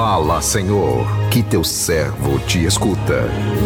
Fala, Senhor, que teu servo te escuta.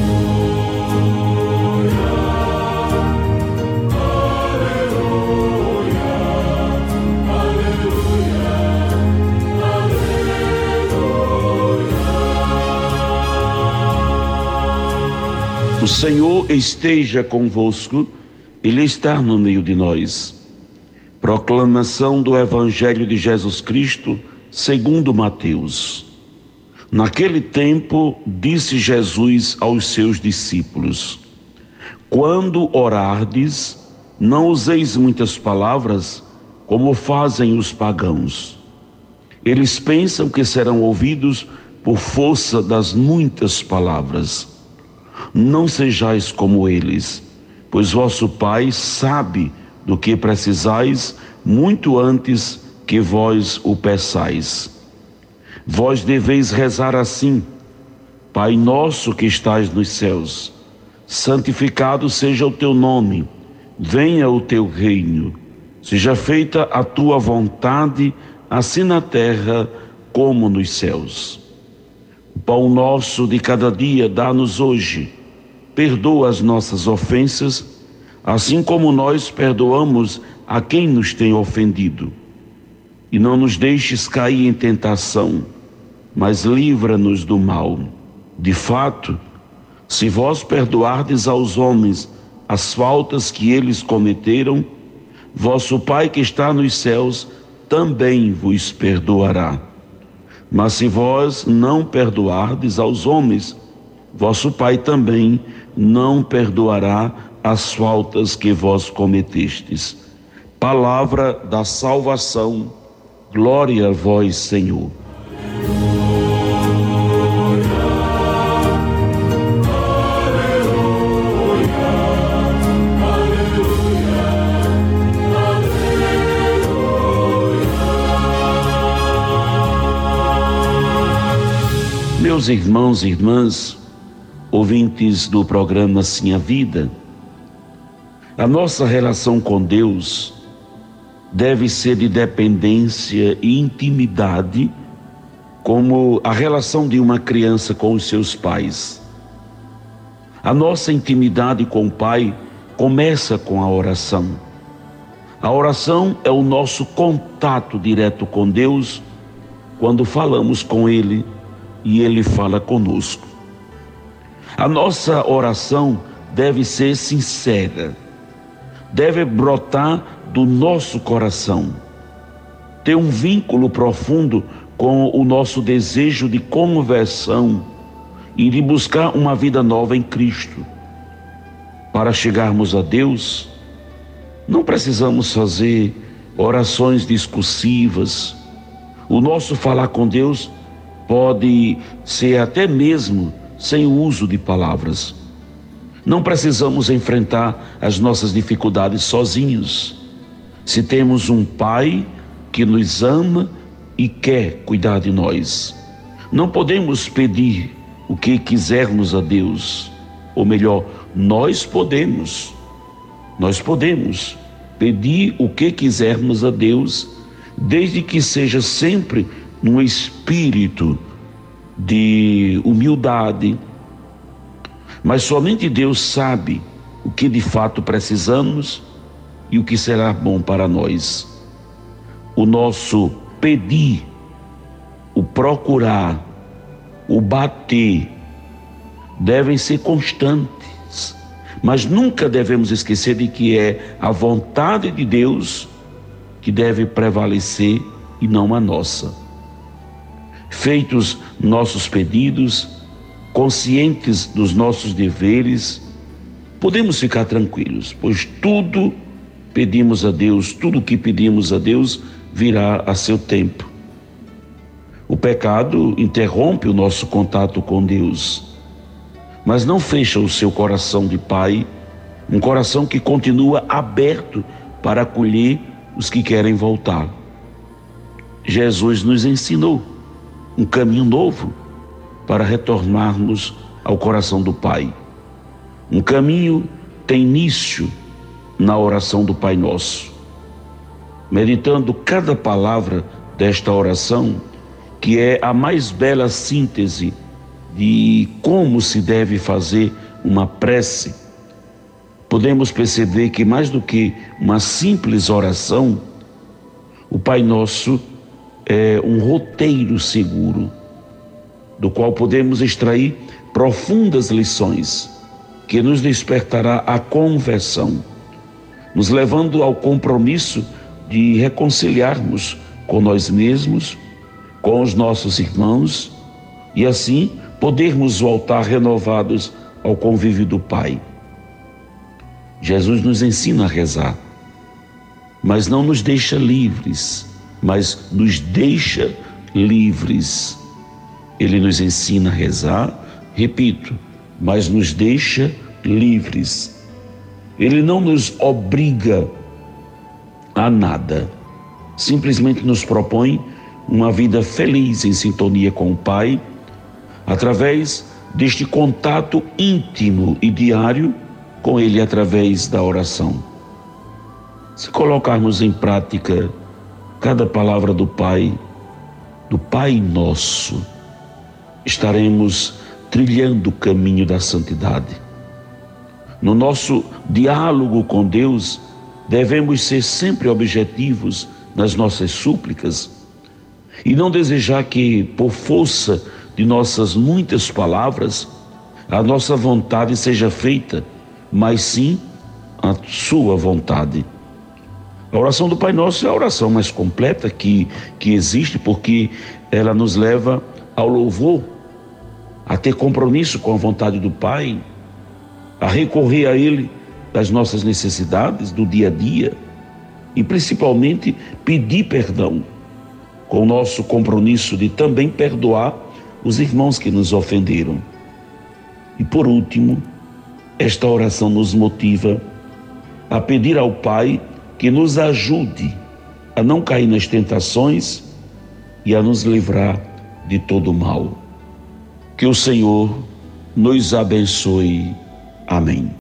O Senhor esteja convosco, Ele está no meio de nós. Proclamação do Evangelho de Jesus Cristo, segundo Mateus. Naquele tempo, disse Jesus aos seus discípulos: quando orardes, não useis muitas palavras, como fazem os pagãos. Eles pensam que serão ouvidos por força das muitas palavras. Não sejais como eles, pois vosso Pai sabe do que precisais muito antes que vós o peçais. Vós deveis rezar assim: Pai nosso que estais nos céus, santificado seja o teu nome, venha o teu reino, seja feita a tua vontade, assim na terra como nos céus. O pão nosso de cada dia dá-nos hoje. Perdoa as nossas ofensas, assim como nós perdoamos a quem nos tem ofendido. E não nos deixes cair em tentação, mas livra-nos do mal. De fato, se vós perdoardes aos homens as faltas que eles cometeram, vosso Pai que está nos céus também vos perdoará. Mas se vós não perdoardes aos homens, vosso Pai também não perdoará as faltas que vós cometestes. Palavra da salvação, glória a vós, Senhor. Meus irmãos e irmãs, ouvintes do programa Sim a Vida, a nossa relação com Deus deve ser de dependência e intimidade, como a relação de uma criança com os seus pais. A nossa intimidade com o Pai começa com a oração. A oração é o nosso contato direto com Deus quando falamos com Ele e Ele fala conosco. A nossa oração deve ser sincera, deve brotar do nosso coração, ter um vínculo profundo com o nosso desejo de conversão e de buscar uma vida nova em Cristo. Para chegarmos a Deus, não precisamos fazer orações discursivas. O nosso falar com Deus pode ser até mesmo sem o uso de palavras. Não precisamos enfrentar as nossas dificuldades sozinhos. Se temos um Pai que nos ama e quer cuidar de nós, não podemos pedir o que quisermos a Deus. Ou melhor, nós podemos pedir o que quisermos a Deus, desde que seja sempre num espírito de humildade. Mas somente Deus sabe o que de fato precisamos e o que será bom para nós. O nosso pedir, o procurar, o bater, devem ser constantes, mas nunca devemos esquecer de que é a vontade de Deus que deve prevalecer e não a nossa. Feitos nossos pedidos, conscientes dos nossos deveres, podemos ficar tranquilos, pois tudo pedimos a Deus, tudo que pedimos a Deus virá a seu tempo. O pecado interrompe o nosso contato com Deus, mas não fecha o seu coração de Pai, um coração que continua aberto para acolher os que querem voltar. Jesus nos ensinou um caminho novo para retornarmos ao coração do Pai. Um caminho tem início na oração do Pai Nosso. Meditando cada palavra desta oração que é a mais bela síntese de como se deve fazer uma prece, podemos perceber que mais do que uma simples oração, o Pai Nosso é um roteiro seguro, do qual podemos extrair profundas lições que nos despertará a conversão, nos levando ao compromisso de reconciliarmos com nós mesmos, com os nossos irmãos e assim podermos voltar renovados ao convívio do Pai. Jesus nos ensina a rezar, mas não nos deixa livres, mas nos deixa livres. Ele nos ensina a rezar, repito, mas nos deixa livres. Ele não nos obriga a nada, simplesmente nos propõe uma vida feliz em sintonia com o Pai, através deste contato íntimo e diário com Ele através da oração. Se colocarmos em prática cada palavra do Pai Nosso, estaremos trilhando o caminho da santidade. No nosso diálogo com Deus, devemos ser sempre objetivos nas nossas súplicas e não desejar que, por força de nossas muitas palavras, a nossa vontade seja feita, mas sim a sua vontade. A oração do Pai Nosso é a oração mais completa que existe, porque ela nos leva ao louvor, a ter compromisso com a vontade do Pai, a recorrer a Ele das nossas necessidades do dia a dia e principalmente pedir perdão, com o nosso compromisso de também perdoar os irmãos que nos ofenderam. E por último, esta oração nos motiva a pedir ao Pai que nos ajude a não cair nas tentações e a nos livrar de todo o mal. Que o Senhor nos abençoe. Amém.